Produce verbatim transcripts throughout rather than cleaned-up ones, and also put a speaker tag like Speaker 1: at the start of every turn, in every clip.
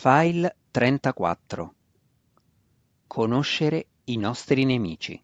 Speaker 1: File trentaquattro. Conoscere i nostri nemici.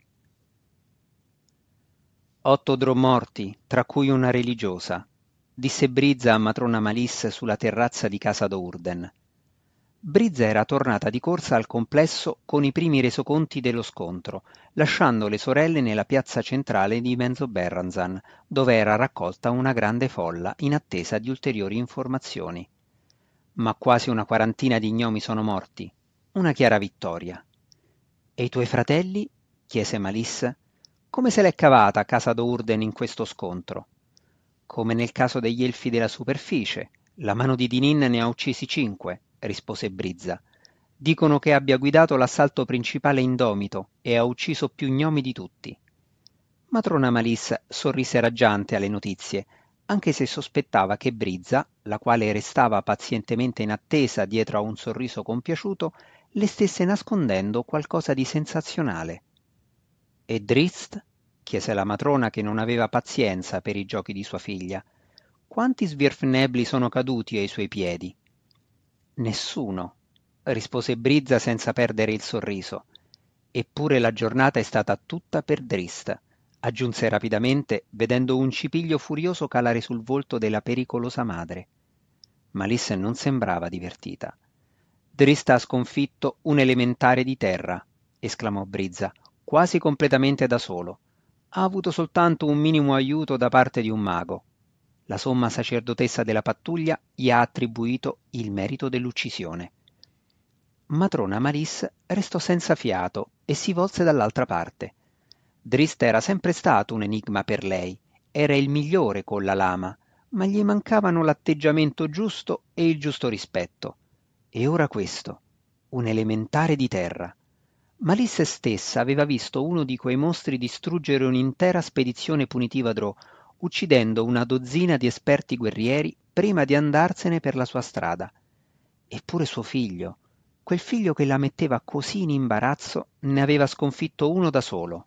Speaker 1: Otto drò morti, tra cui una religiosa, disse Brizza a matrona Malice sulla terrazza di casa d'Urden. Brizza era tornata di corsa al complesso con i primi resoconti dello scontro, lasciando le sorelle nella piazza centrale di Menzoberranzan, dove era raccolta una grande folla in attesa di ulteriori informazioni. Ma quasi una quarantina di gnomi sono morti. Una chiara vittoria. E i tuoi fratelli? Chiese Malice. Come se l'è cavata a casa d'Urden in questo scontro? Come nel caso degli elfi della superficie. La mano di Dinin ne ha uccisi cinque, rispose Brizza. Dicono che abbia guidato l'assalto principale indomito e ha ucciso più gnomi di tutti. Matrona Malice sorrise raggiante alle notizie, anche se sospettava che Brizza, la quale restava pazientemente in attesa dietro a un sorriso compiaciuto, le stesse nascondendo qualcosa di sensazionale. E Drizzt? Chiese la matrona, che non aveva pazienza per i giochi di sua figlia. Quanti svirfnebli sono caduti ai suoi piedi? Nessuno, rispose Brizza senza perdere il sorriso. Eppure la giornata è stata tutta per Drizzt, aggiunse rapidamente, vedendo un cipiglio furioso calare sul volto della pericolosa madre. Malice non sembrava divertita. Drizzt ha sconfitto un elementare di terra, esclamò Brizza, quasi completamente da solo. Ha avuto soltanto un minimo aiuto da parte di un mago. La somma sacerdotessa della pattuglia gli ha attribuito il merito dell'uccisione. Matrona Malice restò senza fiato e si volse dall'altra parte. Drizzt era sempre stato un enigma per lei, era il migliore con la lama, ma gli mancavano l'atteggiamento giusto e il giusto rispetto. E ora questo, un elementare di terra. Malice stessa aveva visto uno di quei mostri distruggere un'intera spedizione punitiva Drow, uccidendo una dozzina di esperti guerrieri prima di andarsene per la sua strada. Eppure suo figlio, quel figlio che la metteva così in imbarazzo, ne aveva sconfitto uno da solo.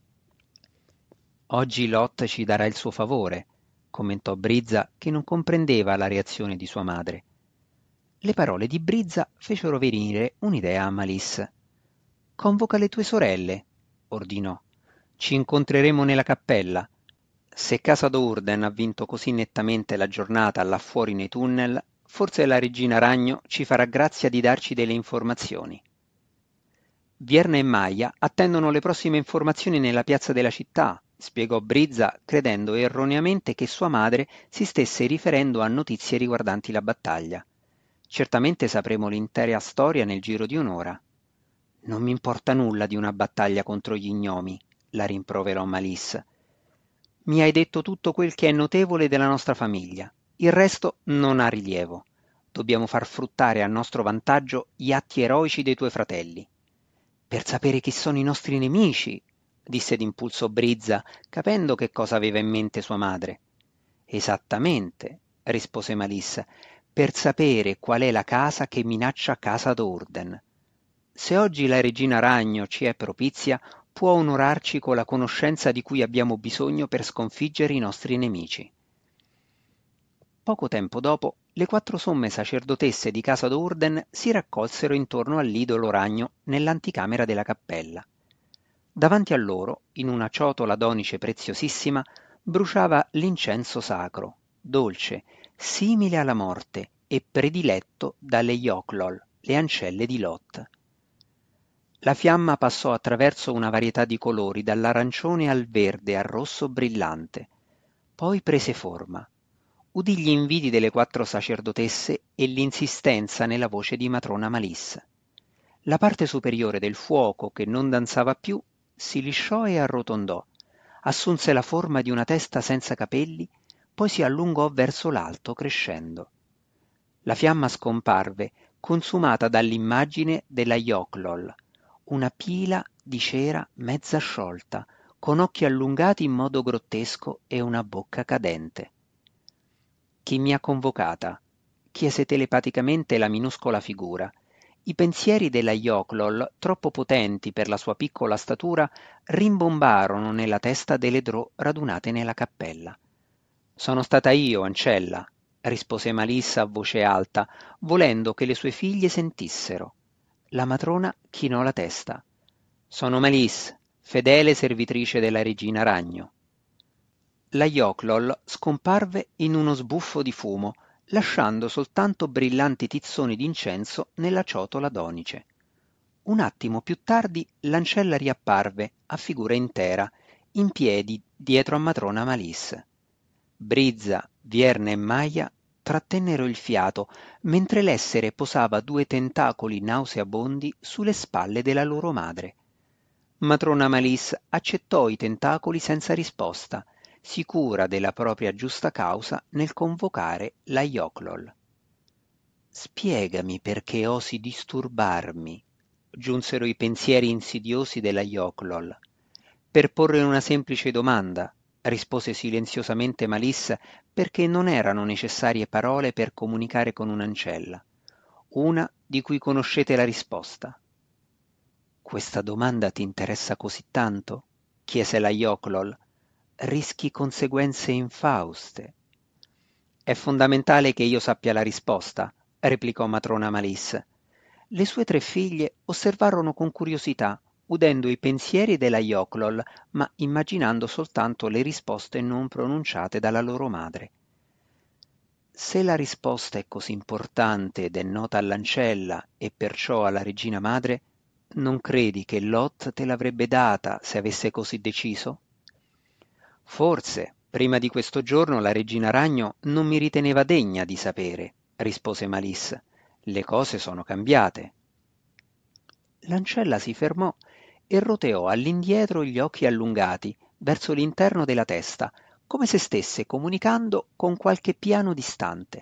Speaker 1: Oggi Lot ci darà il suo favore, commentò Brizza, che non comprendeva la reazione di sua madre. Le parole di Brizza fecero venire un'idea a Malice. Convoca le tue sorelle, ordinò. Ci incontreremo nella cappella. Se casa d'Urden ha vinto così nettamente la giornata là fuori nei tunnel, forse la regina Ragno ci farà grazia di darci delle informazioni. Vierna e Maia attendono le prossime informazioni nella piazza della città, spiegò Brizza, credendo erroneamente che sua madre si stesse riferendo a notizie riguardanti la battaglia. Certamente sapremo l'intera storia nel giro di un'ora. Non mi importa nulla di una battaglia contro gli gnomi, la rimproverò Malice. Mi hai detto tutto quel che è notevole della nostra famiglia. Il resto non ha rilievo. Dobbiamo far fruttare a nostro vantaggio gli atti eroici dei tuoi fratelli. Per sapere chi sono i nostri nemici, disse d'impulso Brizza, capendo che cosa aveva in mente sua madre. Esattamente, rispose Malice, per sapere qual è la casa che minaccia casa d'Urden. Se oggi la regina Ragno ci è propizia, può onorarci con la conoscenza di cui abbiamo bisogno per sconfiggere i nostri nemici. Poco tempo dopo, le quattro somme sacerdotesse di casa d'Urden si raccolsero intorno all'idolo ragno nell'anticamera della cappella. Davanti a loro, in una ciotola d'onice preziosissima, bruciava l'incenso sacro, dolce, simile alla morte e prediletto dalle Yochlol, le ancelle di Lot. La fiamma passò attraverso una varietà di colori, dall'arancione al verde al rosso brillante. Poi prese forma. Udì gli inviti delle quattro sacerdotesse e l'insistenza nella voce di matrona Malice. La parte superiore del fuoco, che non danzava più, si lisciò e arrotondò, assunse la forma di una testa senza capelli, poi si allungò verso l'alto, crescendo. La fiamma scomparve, consumata dall'immagine della Yochlol, una pila di cera mezza sciolta, con occhi allungati in modo grottesco e una bocca cadente. «Chi mi ha convocata?» chiese telepaticamente la minuscola figura. I pensieri della Yochlol, troppo potenti per la sua piccola statura, rimbombarono nella testa delle Drow radunate nella cappella. «Sono stata io, ancella», rispose Malissa a voce alta, volendo che le sue figlie sentissero. La matrona chinò la testa. Sono Malice, fedele servitrice della regina Ragno. La Yoklol scomparve in uno sbuffo di fumo, lasciando soltanto brillanti tizzoni d'incenso nella ciotola d'onice. Un attimo più tardi l'ancella riapparve, a figura intera, in piedi dietro a matrona Malice. Brizza, Vierna e Maia trattennero il fiato, mentre l'essere posava due tentacoli nauseabondi sulle spalle della loro madre. Matrona Malice accettò i tentacoli senza risposta, sicura della propria giusta causa nel convocare la Yoklol. «Spiegami perché osi disturbarmi», giunsero i pensieri insidiosi della Yoklol. «Per porre una semplice domanda», rispose silenziosamente Malice, perché non erano necessarie parole per comunicare con un'ancella. «Una di cui conoscete la risposta». «Questa domanda ti interessa così tanto?» chiese la Yoklol. «Rischi conseguenze infauste». «È fondamentale che io sappia la risposta», replicò matrona Malice. Le sue tre figlie osservarono con curiosità, udendo i pensieri della Yoklol, ma immaginando soltanto le risposte non pronunciate dalla loro madre. «Se la risposta è così importante ed è nota all'ancella e perciò alla regina madre, non credi che Lot te l'avrebbe data se avesse così deciso?» «Forse, prima di questo giorno la regina Ragno non mi riteneva degna di sapere», rispose Malice. «Le cose sono cambiate». L'ancella si fermò e roteò all'indietro gli occhi allungati verso l'interno della testa, come se stesse comunicando con qualche piano distante.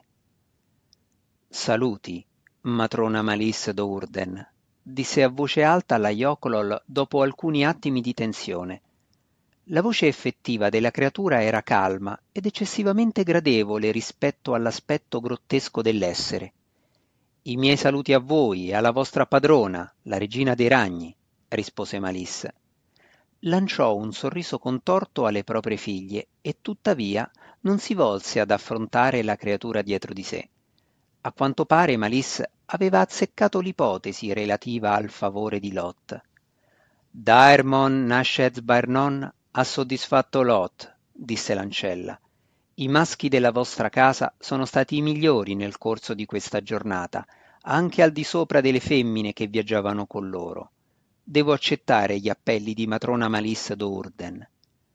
Speaker 1: «Saluti, matrona Malice d'Urden», disse a voce alta la Yoklol dopo alcuni attimi di tensione. La voce effettiva della creatura era calma ed eccessivamente gradevole rispetto all'aspetto grottesco dell'essere. «I miei saluti a voi e alla vostra padrona, la regina dei ragni», rispose Malice. Lanciò un sorriso contorto alle proprie figlie e tuttavia non si volse ad affrontare la creatura dietro di sé. A quanto pare Malice aveva azzeccato l'ipotesi relativa al favore di Lot. «Daermon Nashet Barnon ha soddisfatto Lot», disse l'ancella. «I maschi della vostra casa sono stati i migliori nel corso di questa giornata, anche al di sopra delle femmine che viaggiavano con loro. Devo accettare gli appelli di matrona Malice d'Urden».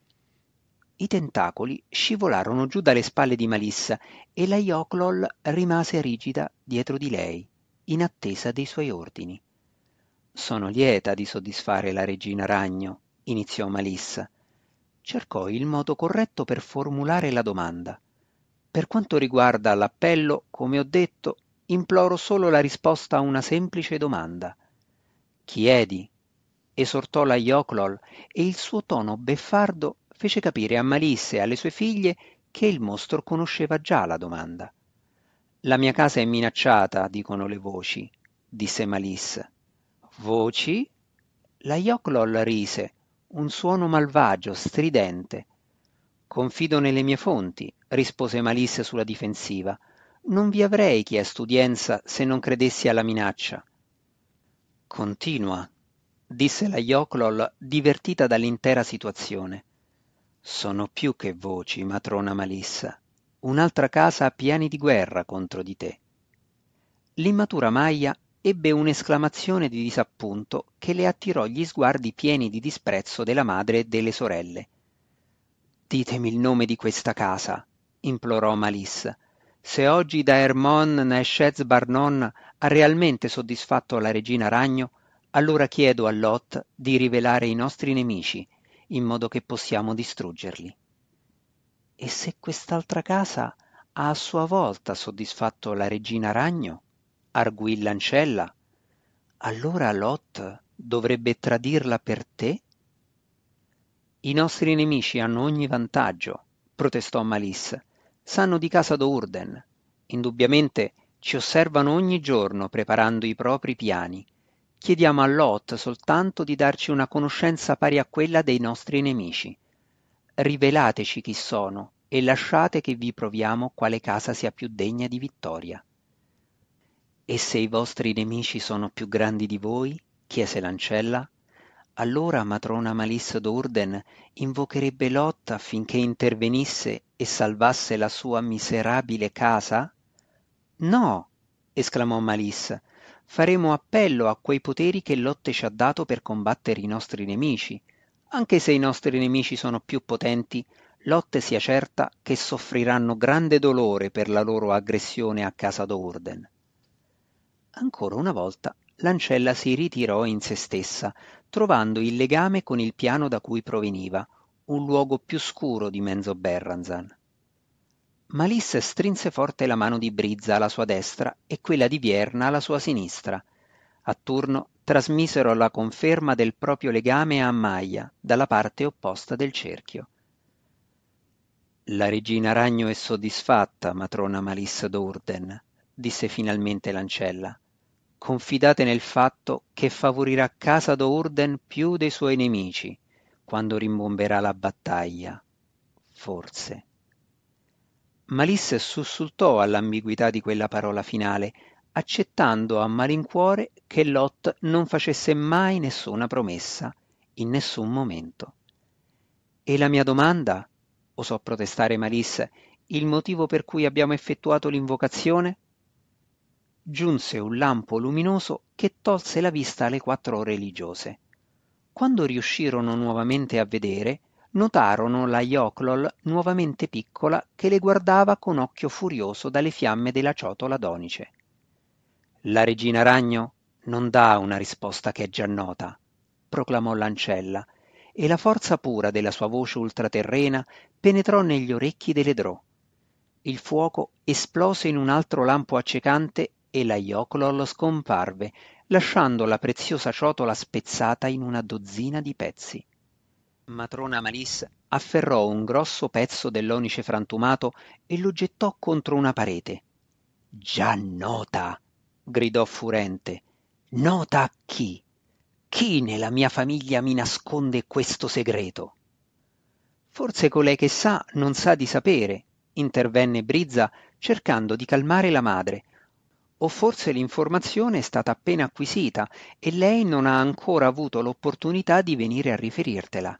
Speaker 1: I tentacoli scivolarono giù dalle spalle di Malice e la Yoklol rimase rigida dietro di lei, in attesa dei suoi ordini. «Sono lieta di soddisfare la regina Ragno», iniziò Malice. Cercò il modo corretto per formulare la domanda. «Per quanto riguarda l'appello, come ho detto, imploro solo la risposta a una semplice domanda». «Chiedi», esortò la Yoklol, e il suo tono beffardo fece capire a Malice e alle sue figlie che il mostro conosceva già la domanda. «La mia casa è minacciata, dicono le voci», disse Malice. «Voci?» La Yoklol rise, un suono malvagio, stridente. «Confido nelle mie fonti», rispose Malice sulla difensiva. «Non vi avrei chiesto udienza se non credessi alla minaccia». «Continua», disse la Yoklol, divertita dall'intera situazione. «Sono più che voci, matrona Malice. Un'altra casa ha piani di guerra contro di te». L'immatura Maia ebbe un'esclamazione di disappunto che le attirò gli sguardi pieni di disprezzo della madre e delle sorelle. «Ditemi il nome di questa casa», implorò Malice. «Se oggi Daermon Neshez Barnon ha realmente soddisfatto la regina Ragno, allora chiedo a Lot di rivelare i nostri nemici, in modo che possiamo distruggerli». «E se quest'altra casa ha a sua volta soddisfatto la regina Ragno?» arguì l'ancella. «Allora Lot dovrebbe tradirla per te?» «I nostri nemici hanno ogni vantaggio», protestò Malice. «Sanno di casa d'Urden. Indubbiamente ci osservano ogni giorno preparando i propri piani. Chiediamo a Lot soltanto di darci una conoscenza pari a quella dei nostri nemici. Rivelateci chi sono e lasciate che vi proviamo quale casa sia più degna di vittoria. E se i vostri nemici sono più grandi di voi? Chiese l'ancella. Allora matrona Malice d'Urden invocherebbe Lot affinché intervenisse e salvasse la sua miserabile casa? No, esclamò Malice, faremo appello a quei poteri che Lot ci ha dato per combattere i nostri nemici. Anche se i nostri nemici sono più potenti, Lot sia certa che soffriranno grande dolore per la loro aggressione a casa d'Urden. Ancora una volta l'ancella si ritirò in se stessa, trovando il legame con il piano da cui proveniva, un luogo più scuro di Menzoberranzan. Malice strinse forte la mano di Brizza alla sua destra e quella di Vierna alla sua sinistra. A turno trasmisero la conferma del proprio legame a Maia, dalla parte opposta del cerchio. La regina Ragno è soddisfatta, matrona Malice d'Urden, disse finalmente l'ancella. Confidate nel fatto che favorirà casa d'Urden più dei suoi nemici, quando rimbomberà la battaglia. Forse. Malice sussultò all'ambiguità di quella parola finale, accettando a malincuore che Lot non facesse mai nessuna promessa, in nessun momento. E la mia domanda? Osò protestare Malice, il motivo per cui abbiamo effettuato l'invocazione? Giunse un lampo luminoso che tolse la vista alle quattro religiose. Quando riuscirono nuovamente a vedere, notarono la Yoklol nuovamente piccola che le guardava con occhio furioso dalle fiamme della ciotola d'onice. La regina Ragno non dà una risposta che è già nota, proclamò l'ancella, e la forza pura della sua voce ultraterrena penetrò negli orecchi delle Drò. Il fuoco esplose in un altro lampo accecante e la Yoklol scomparve, lasciando la preziosa ciotola spezzata in una dozzina di pezzi. Matrona Malice afferrò un grosso pezzo dell'onice frantumato e lo gettò contro una parete. «Già nota!» gridò furente. «Nota a chi? Chi nella mia famiglia mi nasconde questo segreto?» «Forse colei che sa non sa di sapere», intervenne Brizza cercando di calmare la madre. «O forse l'informazione è stata appena acquisita e lei non ha ancora avuto l'opportunità di venire a riferirtela».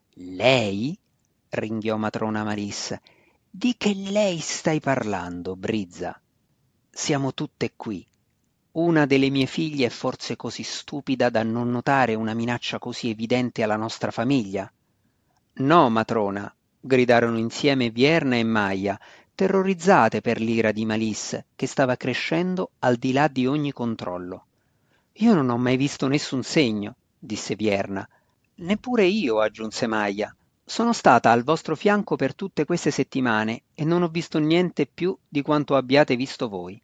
Speaker 1: «Lei?» ringhiò matrona Malice. «Di che lei stai parlando, Brizza? Siamo tutte qui. Una delle mie figlie è forse così stupida da non notare una minaccia così evidente alla nostra famiglia?» «No, matrona», gridarono insieme Vierna e Maia, terrorizzate per l'ira di Malice, che stava crescendo al di là di ogni controllo. «Io non ho mai visto nessun segno», disse Vierna. «Neppure io», aggiunse Maia. «Sono stata al vostro fianco per tutte queste settimane e non ho visto niente più di quanto abbiate visto voi».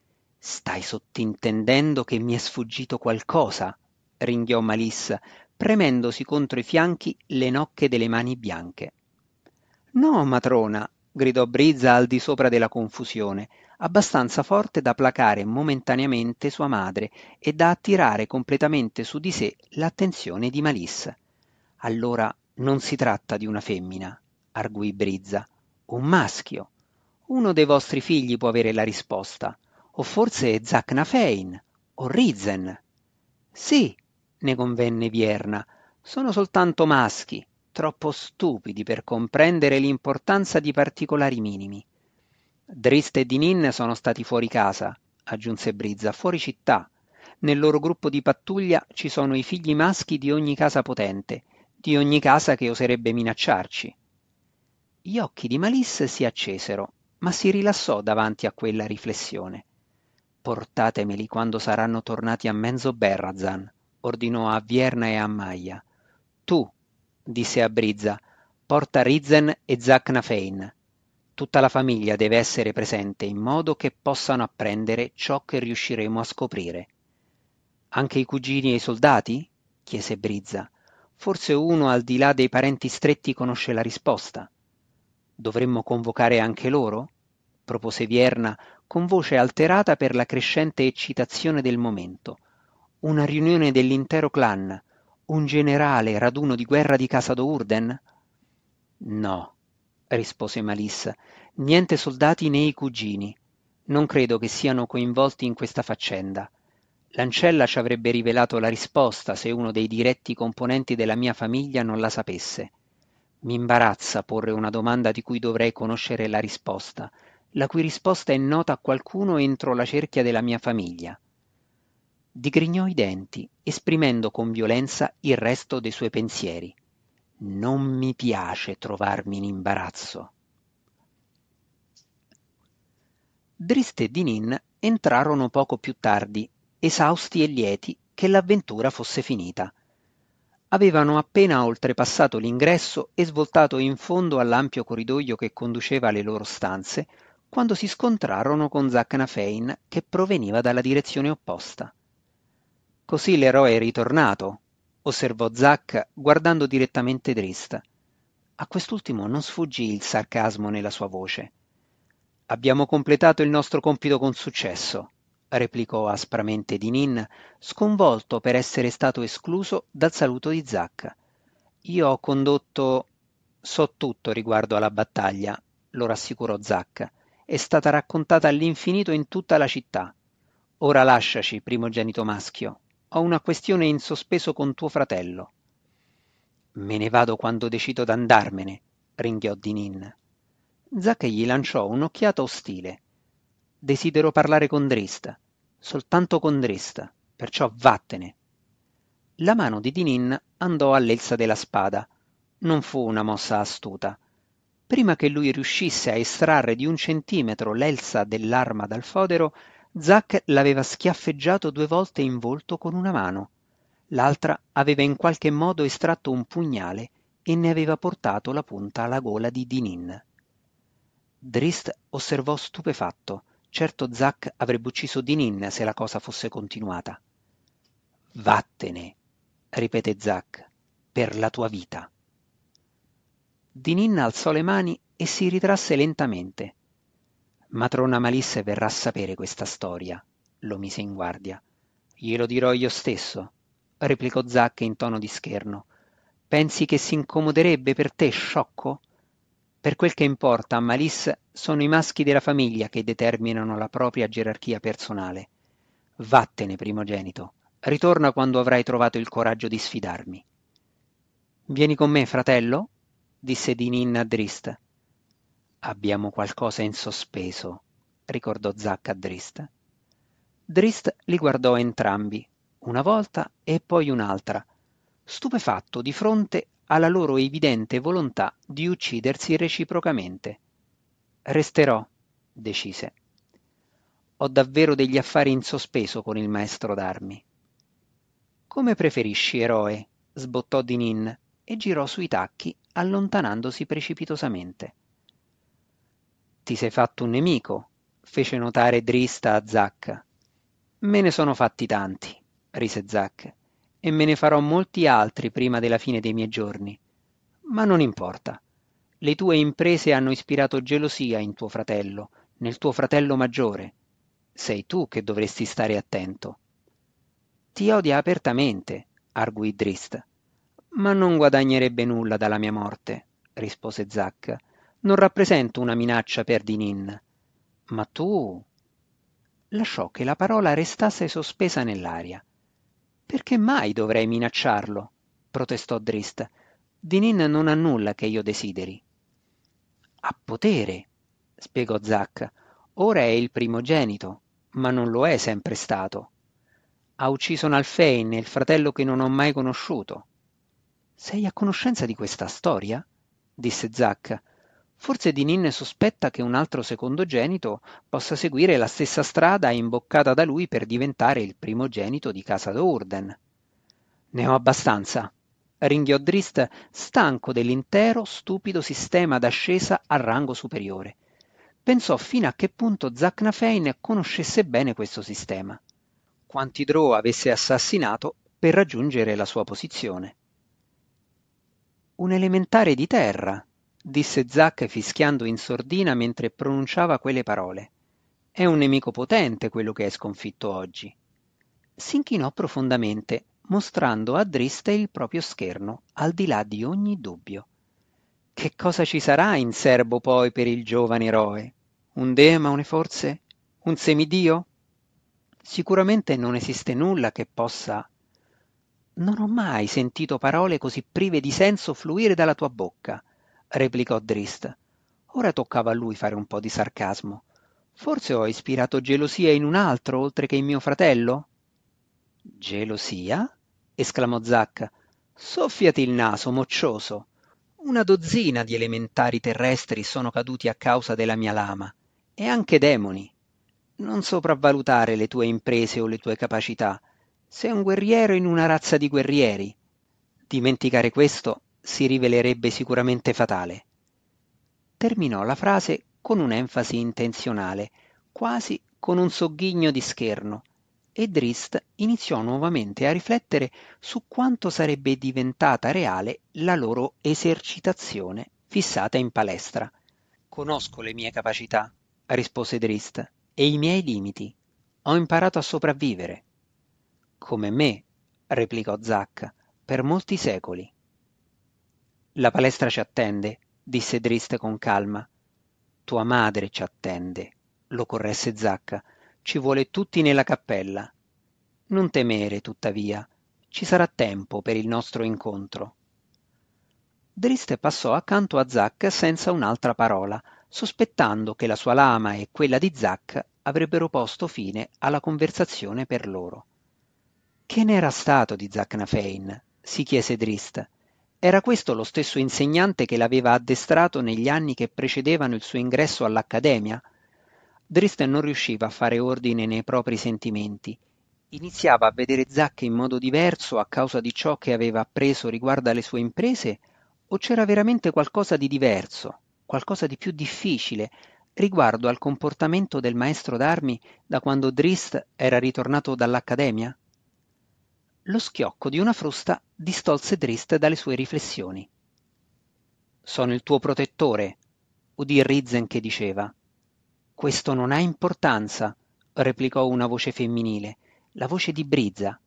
Speaker 1: «Stai sottintendendo che mi è sfuggito qualcosa?» ringhiò Malice, premendosi contro i fianchi le nocche delle mani bianche. «No, matrona», gridò Brizza al di sopra della confusione, abbastanza forte da placare momentaneamente sua madre e da attirare completamente su di sé l'attenzione di Malice. «Allora non si tratta di una femmina», arguì Brizza. «Un maschio. Uno dei vostri figli può avere la risposta. O forse Zacnafein o Rizen». «Sì», ne convenne Vierna, «sono soltanto maschi, troppo stupidi per comprendere l'importanza di particolari minimi». «Drist e Dinin sono stati fuori casa», aggiunse Brizza, «fuori città. Nel loro gruppo di pattuglia ci sono i figli maschi di ogni casa potente, di ogni casa che oserebbe minacciarci». Gli occhi di Malice si accesero, ma si rilassò davanti a quella riflessione. «Portatemeli quando saranno tornati a Menzoberranzan», ordinò a Vierna e a Maia. «Tu», disse a Brizza, «porta Rizen e Zacnafein. Tutta la famiglia deve essere presente in modo che possano apprendere ciò che riusciremo a scoprire». «Anche i cugini e i soldati?» chiese Brizza. «Forse uno al di là dei parenti stretti conosce la risposta». «Dovremmo convocare anche loro?» propose Vierna con voce alterata per la crescente eccitazione del momento. «Una riunione dell'intero clan, un generale raduno di guerra di casa d'Urden?» «No», rispose Malice. Niente soldati né i cugini. Non credo che siano coinvolti in questa faccenda. L'ancella ci avrebbe rivelato la risposta se uno dei diretti componenti della mia famiglia non la sapesse. Mi imbarazza porre una domanda di cui dovrei conoscere la risposta, la cui risposta è nota a qualcuno entro la cerchia della mia famiglia. Digrignò i denti, esprimendo con violenza il resto dei suoi pensieri. Non mi piace trovarmi in imbarazzo. Drist e Dinin entrarono poco più tardi, esausti e lieti che l'avventura fosse finita. Avevano appena oltrepassato l'ingresso e svoltato in fondo all'ampio corridoio che conduceva alle loro stanze, quando si scontrarono con Zacnafein che proveniva dalla direzione opposta. Così l'eroe è ritornato, osservò Zack guardando direttamente Drist. A quest'ultimo non sfuggì il sarcasmo nella sua voce. Abbiamo completato il nostro compito con successo, replicò aspramente Dinin, sconvolto per essere stato escluso dal saluto di Zack. Io ho condotto... So tutto riguardo alla battaglia, lo rassicurò Zack. È stata raccontata all'infinito in tutta la città. Ora lasciaci, primogenito maschio. Ho una questione in sospeso con tuo fratello. Me ne vado quando decido d'andarmene, ringhiò Dinin. Zack gli lanciò un'occhiata ostile. Desidero parlare con Drist, soltanto con Drist, perciò vattene. La mano di Dinin andò all'elsa della spada. Non fu una mossa astuta. Prima che lui riuscisse a estrarre di un centimetro l'elsa dell'arma dal fodero, Zack l'aveva schiaffeggiato due volte in volto con una mano. L'altra aveva in qualche modo estratto un pugnale e ne aveva portato la punta alla gola di Dinin. Drist osservò stupefatto. Certo Zack avrebbe ucciso Dinin se la cosa fosse continuata. Vattene, ripeté Zack, per la tua vita. Dinin alzò le mani e si ritrasse lentamente. Matrona Malice verrà a sapere questa storia, lo mise in guardia. Glielo dirò io stesso, replicò Zack in tono di scherno. Pensi che si incomoderebbe per te, sciocco? Per quel che importa a Malice sono i maschi della famiglia che determinano la propria gerarchia personale. Vattene, primogenito. Ritorna quando avrai trovato il coraggio di sfidarmi. Vieni con me, fratello? Disse Dinin a Drist. Abbiamo qualcosa in sospeso, ricordò Zack a Drist. Drist li guardò entrambi, una volta e poi un'altra, stupefatto di fronte alla loro evidente volontà di uccidersi reciprocamente. Resterò, decise. Ho davvero degli affari in sospeso con il maestro d'armi. Come preferisci, eroe, sbottò Dinin e girò sui tacchi, allontanandosi precipitosamente. Ti sei fatto un nemico, fece notare Drist a Zack. Me ne sono fatti tanti, rise Zack, e me ne farò molti altri prima della fine dei miei giorni. Ma non importa. Le tue imprese hanno ispirato gelosia in tuo fratello, nel tuo fratello maggiore. Sei tu che dovresti stare attento. Ti odia apertamente, arguì Drist. Ma non guadagnerebbe nulla dalla mia morte, rispose Zack. Non rappresento una minaccia per Dinin. Ma tu... Lasciò che la parola restasse sospesa nell'aria. Perché mai dovrei minacciarlo? Protestò Drist. Dinin non ha nulla che io desideri. Ha potere, spiegò Zack. Ora è il primogenito, ma non lo è sempre stato. Ha ucciso Nalfein, il fratello che non ho mai conosciuto. Sei a conoscenza di questa storia? Disse Zack. Forse Dinin sospetta che un altro secondogenito possa seguire la stessa strada imboccata da lui per diventare il primogenito di casa Dourden. Ne ho abbastanza, ringhiò Drist, stanco dell'intero stupido sistema d'ascesa al rango superiore. Pensò fino a che punto Zacnafein conoscesse bene questo sistema, quanti Drow avesse assassinato per raggiungere la sua posizione. Un elementare di terra, disse Zack fischiando in sordina mentre pronunciava quelle parole. È un nemico potente quello che hai sconfitto oggi. Si inchinò profondamente, mostrando a Drist il proprio scherno, al di là di ogni dubbio. Che cosa ci sarà in serbo poi per il giovane eroe? Un demone forse? Un semidio? Sicuramente non esiste nulla che possa... Non ho mai sentito parole così prive di senso fluire dalla tua bocca, replicò Drist. Ora toccava a lui fare un po' di sarcasmo. Forse ho ispirato gelosia in un altro oltre che in mio fratello? Gelosia? Esclamò Zack. Soffiati il naso, moccioso. Una dozzina di elementari terrestri sono caduti a causa della mia lama, e anche demoni. Non sopravvalutare le tue imprese o le tue capacità. Sei un guerriero in una razza di guerrieri. Dimenticare questo si rivelerebbe sicuramente fatale. Terminò la frase con un'enfasi intenzionale, quasi con un sogghigno di scherno, e Drist iniziò nuovamente a riflettere su quanto sarebbe diventata reale la loro esercitazione fissata in palestra. Conosco le mie capacità, rispose Drist, e i miei limiti. Ho imparato a sopravvivere. Come me, replicò Zack, per molti secoli. La palestra ci attende, disse Drist con calma. Tua madre ci attende, lo corresse Zacca. Ci vuole tutti nella cappella. Non temere, tuttavia. Ci sarà tempo per il nostro incontro. Drist passò accanto a Zack senza un'altra parola, sospettando che la sua lama e quella di Zack avrebbero posto fine alla conversazione per loro. Che n'era stato di Zack Nafein? Si chiese Drist. Era questo lo stesso insegnante che l'aveva addestrato negli anni che precedevano il suo ingresso all'accademia? Drist non riusciva a fare ordine nei propri sentimenti. Iniziava a vedere Zack in modo diverso a causa di ciò che aveva appreso riguardo alle sue imprese, o c'era veramente qualcosa di diverso, qualcosa di più difficile, riguardo al comportamento del maestro d'armi da quando Drist era ritornato dall'accademia? Lo schiocco di una frusta distolse Drist dalle sue riflessioni. «Sono il tuo protettore», udì Rizzen che diceva. «Questo non ha importanza», replicò una voce femminile, la voce di Brizza.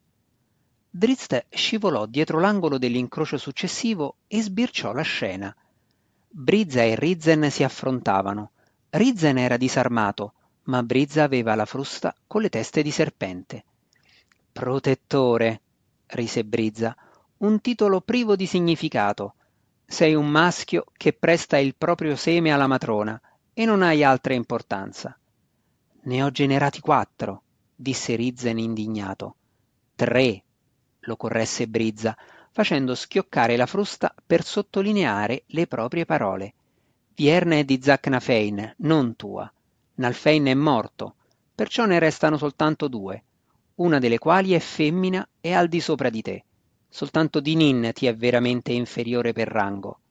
Speaker 1: Drist scivolò dietro l'angolo dell'incrocio successivo e sbirciò la scena. Brizza e Rizzen si affrontavano. Rizzen era disarmato, ma Brizza aveva la frusta con le teste di serpente. «Protettore», rise Brizza, «un titolo privo di significato. Sei un maschio che presta il proprio seme alla matrona e non hai altra importanza». «Ne ho generati quattro», disse Rizzen indignato. «Tre», lo corresse Brizza, facendo schioccare la frusta per sottolineare le proprie parole. «Vierna è di Zack Nafein, non tua. Nalfein è morto, perciò ne restano soltanto due, una delle quali è femmina e al di sopra di te. Soltanto Dinin ti è veramente inferiore per rango».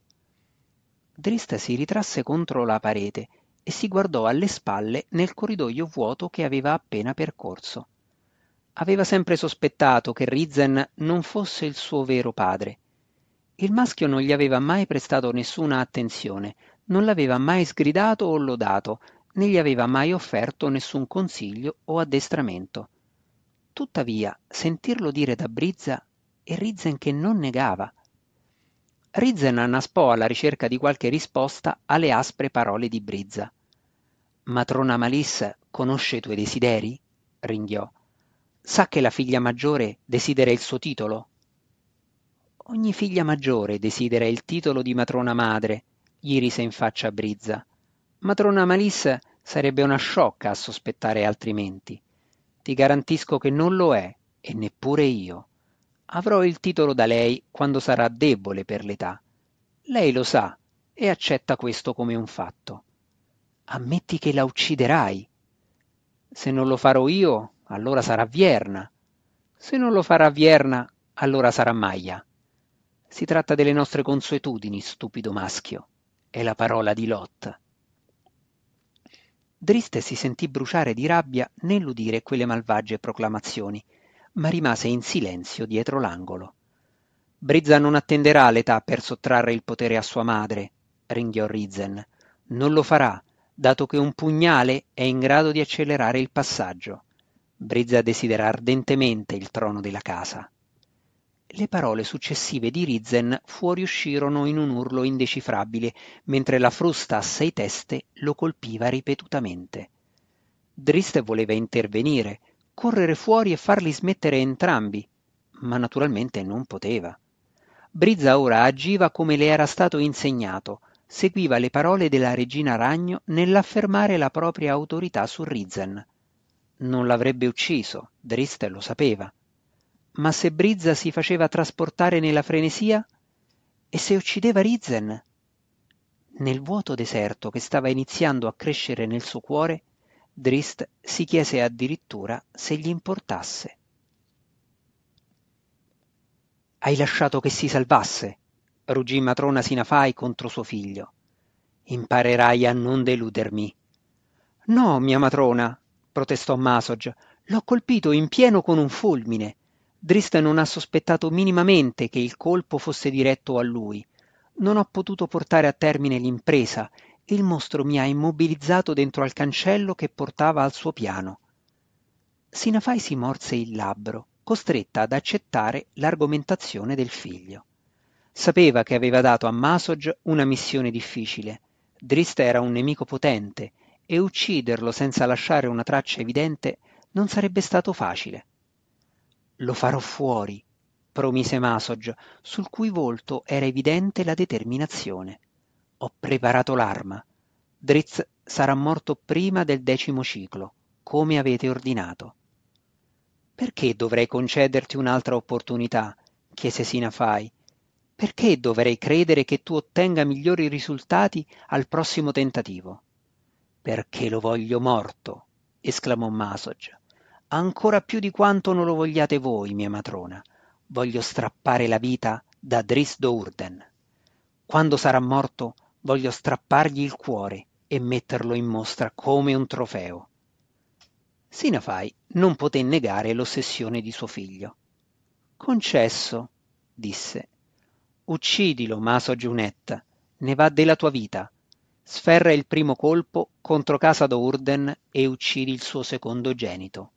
Speaker 1: Drist si ritrasse contro la parete e si guardò alle spalle nel corridoio vuoto che aveva appena percorso. Aveva sempre sospettato che Rizzen non fosse il suo vero padre. Il maschio non gli aveva mai prestato nessuna attenzione, non l'aveva mai sgridato o lodato, né gli aveva mai offerto nessun consiglio o addestramento. Tuttavia, sentirlo dire da Brizza e Rizzen che non negava. Rizzen annaspò alla ricerca di qualche risposta alle aspre parole di Brizza. «Matrona Malis conosce i tuoi desideri?» ringhiò. «Sa che la figlia maggiore desidera il suo titolo?» «Ogni figlia maggiore desidera il titolo di matrona madre», gli rise in faccia Brizza. «Matrona Malis sarebbe una sciocca a sospettare altrimenti. Ti garantisco che non lo è, e neppure io. Avrò il titolo da lei quando sarà debole per l'età. Lei lo sa e accetta questo come un fatto. Ammetti che la ucciderai. Se non lo farò io, allora sarà Vierna. Se non lo farà Vierna, allora sarà Maia. Si tratta delle nostre consuetudini, stupido maschio. È la parola di Lot». Drist si sentì bruciare di rabbia nell'udire quelle malvagie proclamazioni, ma rimase in silenzio dietro l'angolo. «Brizza non attenderà l'età per sottrarre il potere a sua madre», ringhiò Rizzen. «Non lo farà, dato che un pugnale è in grado di accelerare il passaggio. Brizza desidera ardentemente il trono della casa». Le parole successive di Rizen fuoriuscirono in un urlo indecifrabile, mentre la frusta a sei teste lo colpiva ripetutamente. Drist voleva intervenire, correre fuori e farli smettere entrambi, ma naturalmente non poteva. Brizza ora agiva come le era stato insegnato, seguiva le parole della regina ragno nell'affermare la propria autorità su Rizen. Non l'avrebbe ucciso, Drist lo sapeva. Ma se Brizza si faceva trasportare nella frenesia? E se uccideva Rizen? Nel vuoto deserto che stava iniziando a crescere nel suo cuore, Drist si chiese addirittura se gli importasse. Hai lasciato che si salvasse, ruggì matrona Sinafai contro suo figlio. Imparerai a non deludermi. No, mia matrona, protestò Masog, l'ho colpito in pieno con un fulmine. Drist non ha sospettato minimamente che il colpo fosse diretto a lui. Non ho potuto portare a termine l'impresa e il mostro mi ha immobilizzato dentro al cancello che portava al suo piano. Sinafai si morse il labbro, costretta ad accettare l'argomentazione del figlio. Sapeva che aveva dato a Masog una missione difficile. Drist era un nemico potente e ucciderlo senza lasciare una traccia evidente non sarebbe stato facile. Lo farò fuori, promise Masog, sul cui volto era evidente la determinazione. Ho preparato l'arma. Drizzt sarà morto prima del decimo ciclo, come avete ordinato. Perché dovrei concederti un'altra opportunità? Chiese Sinafai. Perché dovrei credere che tu ottenga migliori risultati al prossimo tentativo? Perché lo voglio morto, esclamò Masog. Ancora più di quanto non lo vogliate voi, mia matrona. Voglio strappare la vita da Drizzt Do'Urden. Quando sarà morto, voglio strappargli il cuore e metterlo in mostra come un trofeo. Sinafai non poté negare l'ossessione di suo figlio. Concesso, disse. Uccidilo, Maso Giunetta, ne va della tua vita. Sferra il primo colpo contro casa Do'Urden e uccidi il suo secondogenito.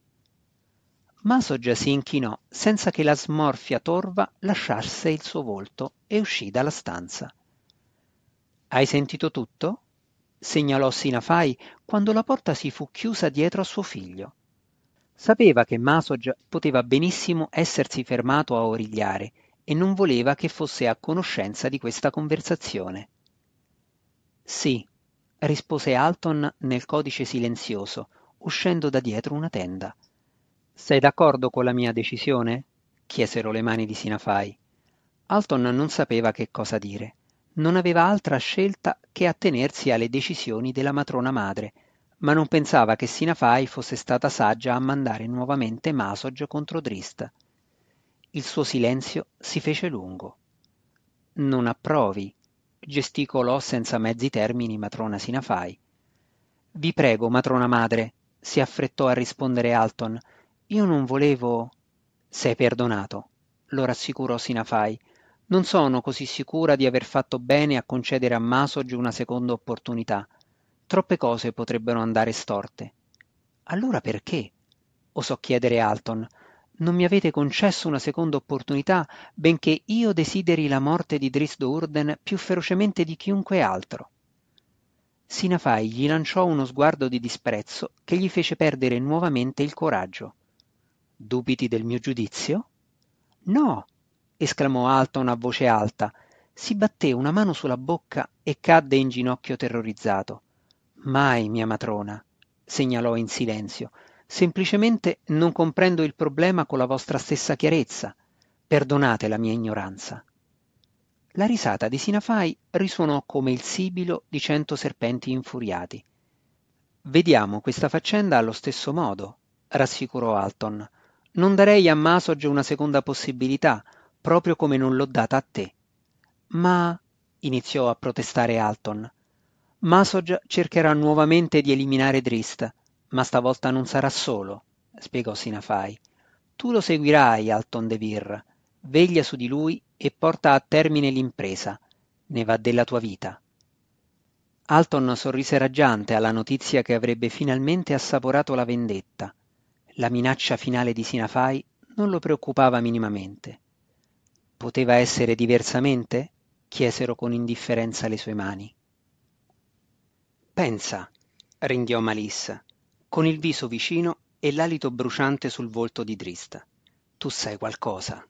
Speaker 1: Masog si inchinò senza che la smorfia torva lasciasse il suo volto e uscì dalla stanza. Hai sentito tutto? Segnalò Sinafai quando la porta si fu chiusa dietro a suo figlio. Sapeva che Masog poteva benissimo essersi fermato a origliare e non voleva che fosse a conoscenza di questa conversazione. Sì, rispose Alton nel codice silenzioso, uscendo da dietro una tenda. Sei d'accordo con la mia decisione? Chiesero le mani di Sinafai. Alton non sapeva che cosa dire. Non aveva altra scelta che attenersi alle decisioni della matrona madre, ma non pensava che Sinafai fosse stata saggia a mandare nuovamente Masog contro Drist. Il suo silenzio si fece lungo. Non approvi, gesticolò senza mezzi termini matrona Sinafai. Vi prego, matrona madre, si affrettò a rispondere Alton. Io non volevo... Sei perdonato, lo rassicurò Sinafai. Non sono così sicura di aver fatto bene a concedere a Masog una seconda opportunità. Troppe cose potrebbero andare storte. Allora perché? Osò chiedere Alton. Non mi avete concesso una seconda opportunità, benché io desideri la morte di Drizzt Do'Urden più ferocemente di chiunque altro. Sinafai gli lanciò uno sguardo di disprezzo che gli fece perdere nuovamente il coraggio. Dubiti del mio giudizio? No, esclamò Alton a voce alta. Si batté una mano sulla bocca e cadde in ginocchio terrorizzato. Mai, mia matrona, segnalò in silenzio. Semplicemente non comprendo il problema con la vostra stessa chiarezza. Perdonate la mia ignoranza. La risata di Sinafai risuonò come il sibilo di cento serpenti infuriati. Vediamo questa faccenda allo stesso modo, rassicurò Alton. Non darei a Masog una seconda possibilità, proprio come non l'ho data a te. Ma, iniziò a protestare Alton, Masog cercherà nuovamente di eliminare Drist, ma stavolta non sarà solo, spiegò Sinafai. Tu lo seguirai, Alton de Vir. Veglia su di lui e porta a termine l'impresa. Ne va della tua vita. Alton sorrise raggiante alla notizia che avrebbe finalmente assaporato la vendetta. La minaccia finale di Sinafai non lo preoccupava minimamente. Poteva essere diversamente? Chiesero con indifferenza le sue mani. Pensa, ringhiò Malissa, con il viso vicino e l'alito bruciante sul volto di Drist. Tu sai qualcosa.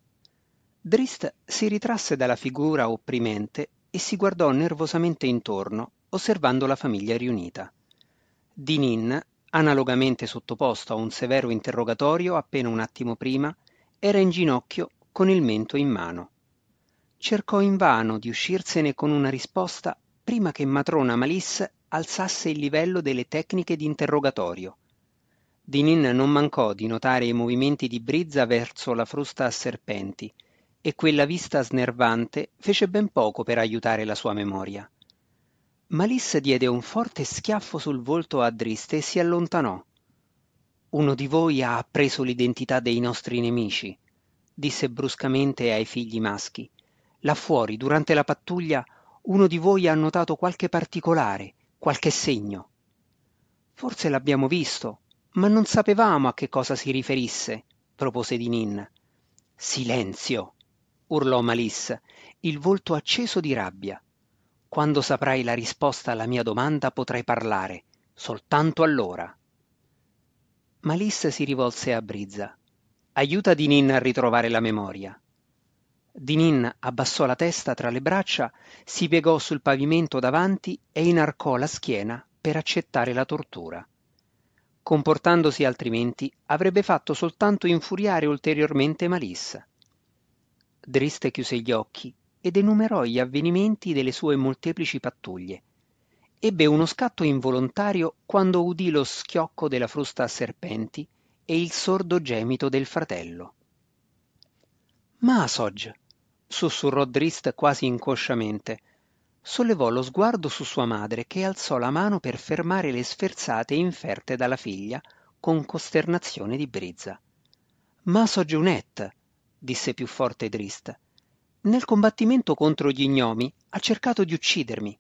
Speaker 1: Drist si ritrasse dalla figura opprimente e si guardò nervosamente intorno, osservando la famiglia riunita. Dinin, analogamente sottoposto a un severo interrogatorio appena un attimo prima, era in ginocchio con il mento in mano. Cercò invano di uscirsene con una risposta prima che matrona Malice alzasse il livello delle tecniche di interrogatorio. Dinin non mancò di notare i movimenti di Brizza verso la frusta a serpenti, e quella vista snervante fece ben poco per aiutare la sua memoria. Malice diede un forte schiaffo sul volto a Drist e si allontanò. «Uno di voi ha appreso l'identità dei nostri nemici», disse bruscamente ai figli maschi. «Là fuori, durante la pattuglia, uno di voi ha notato qualche particolare, qualche segno». «Forse l'abbiamo visto, ma non sapevamo a che cosa si riferisse», propose Dinin. «Silenzio!» urlò Malice, il volto acceso di rabbia. «Quando saprai la risposta alla mia domanda potrai parlare, soltanto allora». Malice si rivolse a Brizza. «Aiuta Dinin a ritrovare la memoria». Dinin abbassò la testa tra le braccia, si piegò sul pavimento davanti e inarcò la schiena per accettare la tortura. Comportandosi altrimenti avrebbe fatto soltanto infuriare ulteriormente Malice. Drist chiuse gli occhi ed enumerò gli avvenimenti delle sue molteplici pattuglie. Ebbe uno scatto involontario quando udì lo schiocco della frusta a serpenti e il sordo gemito del fratello. «Masog!» sussurrò Drist quasi inconsciamente. Sollevò lo sguardo su sua madre, che alzò la mano per fermare le sferzate inferte dalla figlia con costernazione di Brizza. «Masog Unet!» disse più forte Drist. «Nel combattimento contro gli gnomi ha cercato di uccidermi».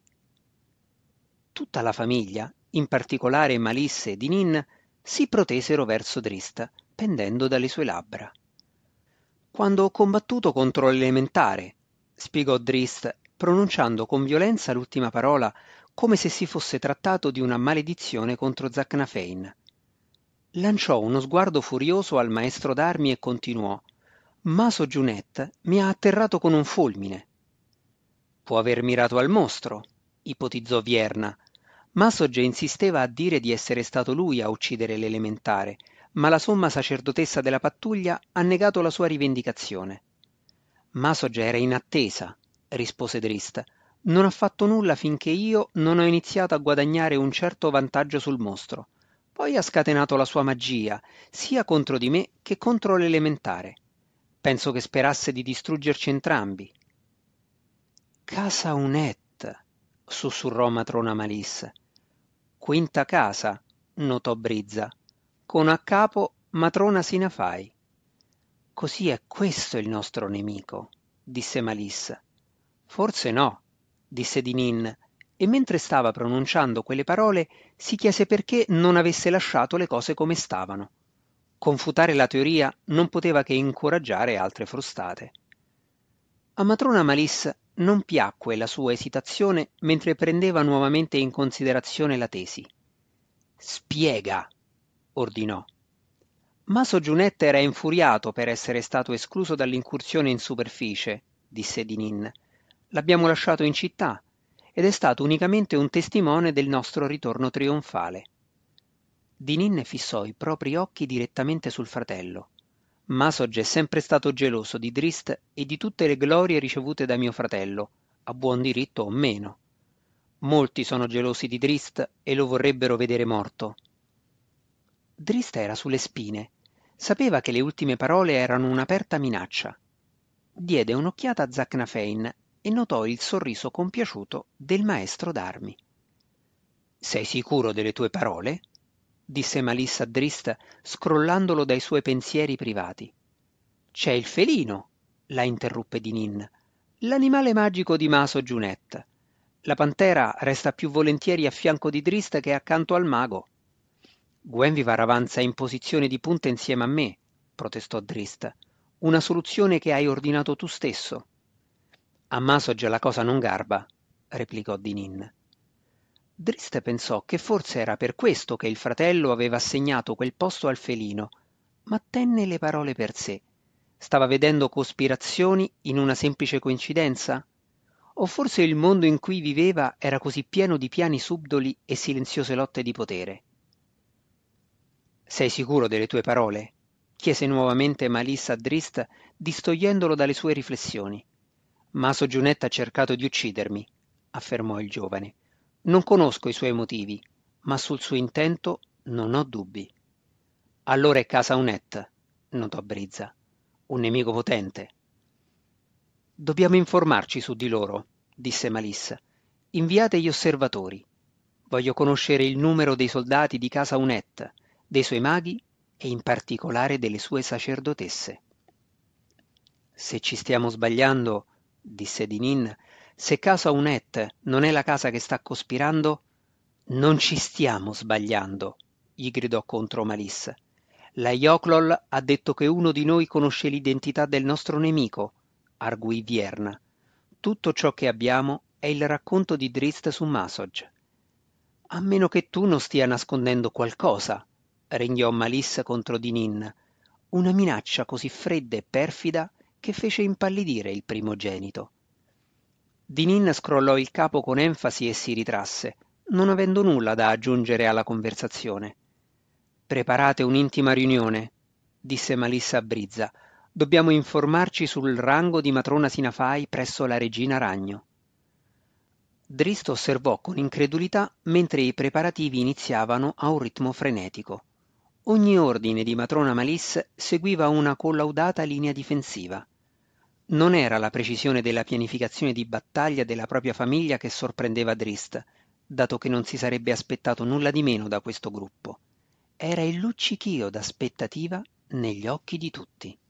Speaker 1: Tutta la famiglia, in particolare Malice e Dinin, si protesero verso Drist, pendendo dalle sue labbra. «Quando ho combattuto contro l'elementare», spiegò Drist, pronunciando con violenza l'ultima parola come se si fosse trattato di una maledizione contro Zacnafein. Lanciò uno sguardo furioso al maestro d'armi e continuò: «Maso Giunet mi ha atterrato con un fulmine». «Può aver mirato al mostro», ipotizzò Vierna. Masog insisteva a dire di essere stato lui a uccidere l'elementare, ma la somma sacerdotessa della pattuglia ha negato la sua rivendicazione. «Masog era in attesa», rispose Drist. «Non ha fatto nulla finché io non ho iniziato a guadagnare un certo vantaggio sul mostro. Poi ha scatenato la sua magia, sia contro di me che contro l'elementare. Penso che sperasse di distruggerci entrambi». «Casa Unet», sussurrò matrona Malice. «Quinta casa», notò Brizza. «Con a capo matrona Sinafai». «Così è questo il nostro nemico», disse Malice. «Forse no», disse Dinin, e mentre stava pronunciando quelle parole si chiese perché non avesse lasciato le cose come stavano. Confutare la teoria non poteva che incoraggiare altre frustate. A matrona Malice non piacque la sua esitazione mentre prendeva nuovamente in considerazione la tesi. «Spiega», ordinò. Maso Giunet era infuriato per essere stato escluso dall'incursione in superficie, disse Dinin. «L'abbiamo lasciato in città ed è stato unicamente un testimone del nostro ritorno trionfale». Dinin fissò i propri occhi direttamente sul fratello. «Masog è sempre stato geloso di Drist e di tutte le glorie ricevute da mio fratello, a buon diritto o meno. Molti sono gelosi di Drist e lo vorrebbero vedere morto». Drist era sulle spine. Sapeva che le ultime parole erano un'aperta minaccia. Diede un'occhiata a Zacnafein e notò il sorriso compiaciuto del maestro d'armi. «Sei sicuro delle tue parole?» disse Malice a Drist, scrollandolo dai suoi pensieri privati. «C'è il felino», la interruppe Dinin, «l'animale magico di Maso Giunet. La pantera resta più volentieri a fianco di Drist che accanto al mago». «Gwenvivar avanza in posizione di punta insieme a me», protestò Drist. una soluzione che hai ordinato tu stesso. A Masog la cosa non garba, replicò Dinin. Drist pensò che forse era per questo che il fratello aveva assegnato quel posto al felino, ma tenne le parole per sé. Stava vedendo cospirazioni in una semplice coincidenza? O forse il mondo in cui viveva era così pieno di piani subdoli e silenziose lotte di potere? Sei sicuro delle tue parole? Chiese nuovamente Malissa a Drist, distogliendolo dalle sue riflessioni. Maso Giunet ha cercato di uccidermi, affermò il giovane. Non conosco i suoi motivi, ma sul suo intento non ho dubbi. Allora è Casa Unet, notò Brizza. Un nemico potente. Dobbiamo informarci su di loro, disse Malissa. Inviate gli osservatori. Voglio conoscere il numero dei soldati di Casa Unet, dei suoi maghi e in particolare delle sue sacerdotesse. Se ci stiamo sbagliando, disse Dinin, se Casa Unet non è la casa che sta cospirando, non ci stiamo sbagliando, gli gridò contro Malissa. La Yoklol ha detto che uno di noi conosce l'identità del nostro nemico, arguì Vierna. Tutto ciò che abbiamo è il racconto di Drist su Masog. A meno che tu non stia nascondendo qualcosa, ringhiò Malissa contro Dinin, una minaccia così fredda e perfida che fece impallidire il primogenito. Dinin scrollò il capo con enfasi e si ritrasse, non avendo nulla da aggiungere alla conversazione. Preparate un'intima riunione, disse Malissa a Brizza. Dobbiamo informarci sul rango di matrona Sinafai presso la regina Ragno. Drist osservò con incredulità mentre i preparativi iniziavano a un ritmo frenetico. Ogni ordine di matrona Malice seguiva una collaudata linea difensiva. Non era la precisione della pianificazione di battaglia della propria famiglia che sorprendeva Drist, dato che non si sarebbe aspettato nulla di meno da questo gruppo. Era il luccichio d'aspettativa negli occhi di tutti.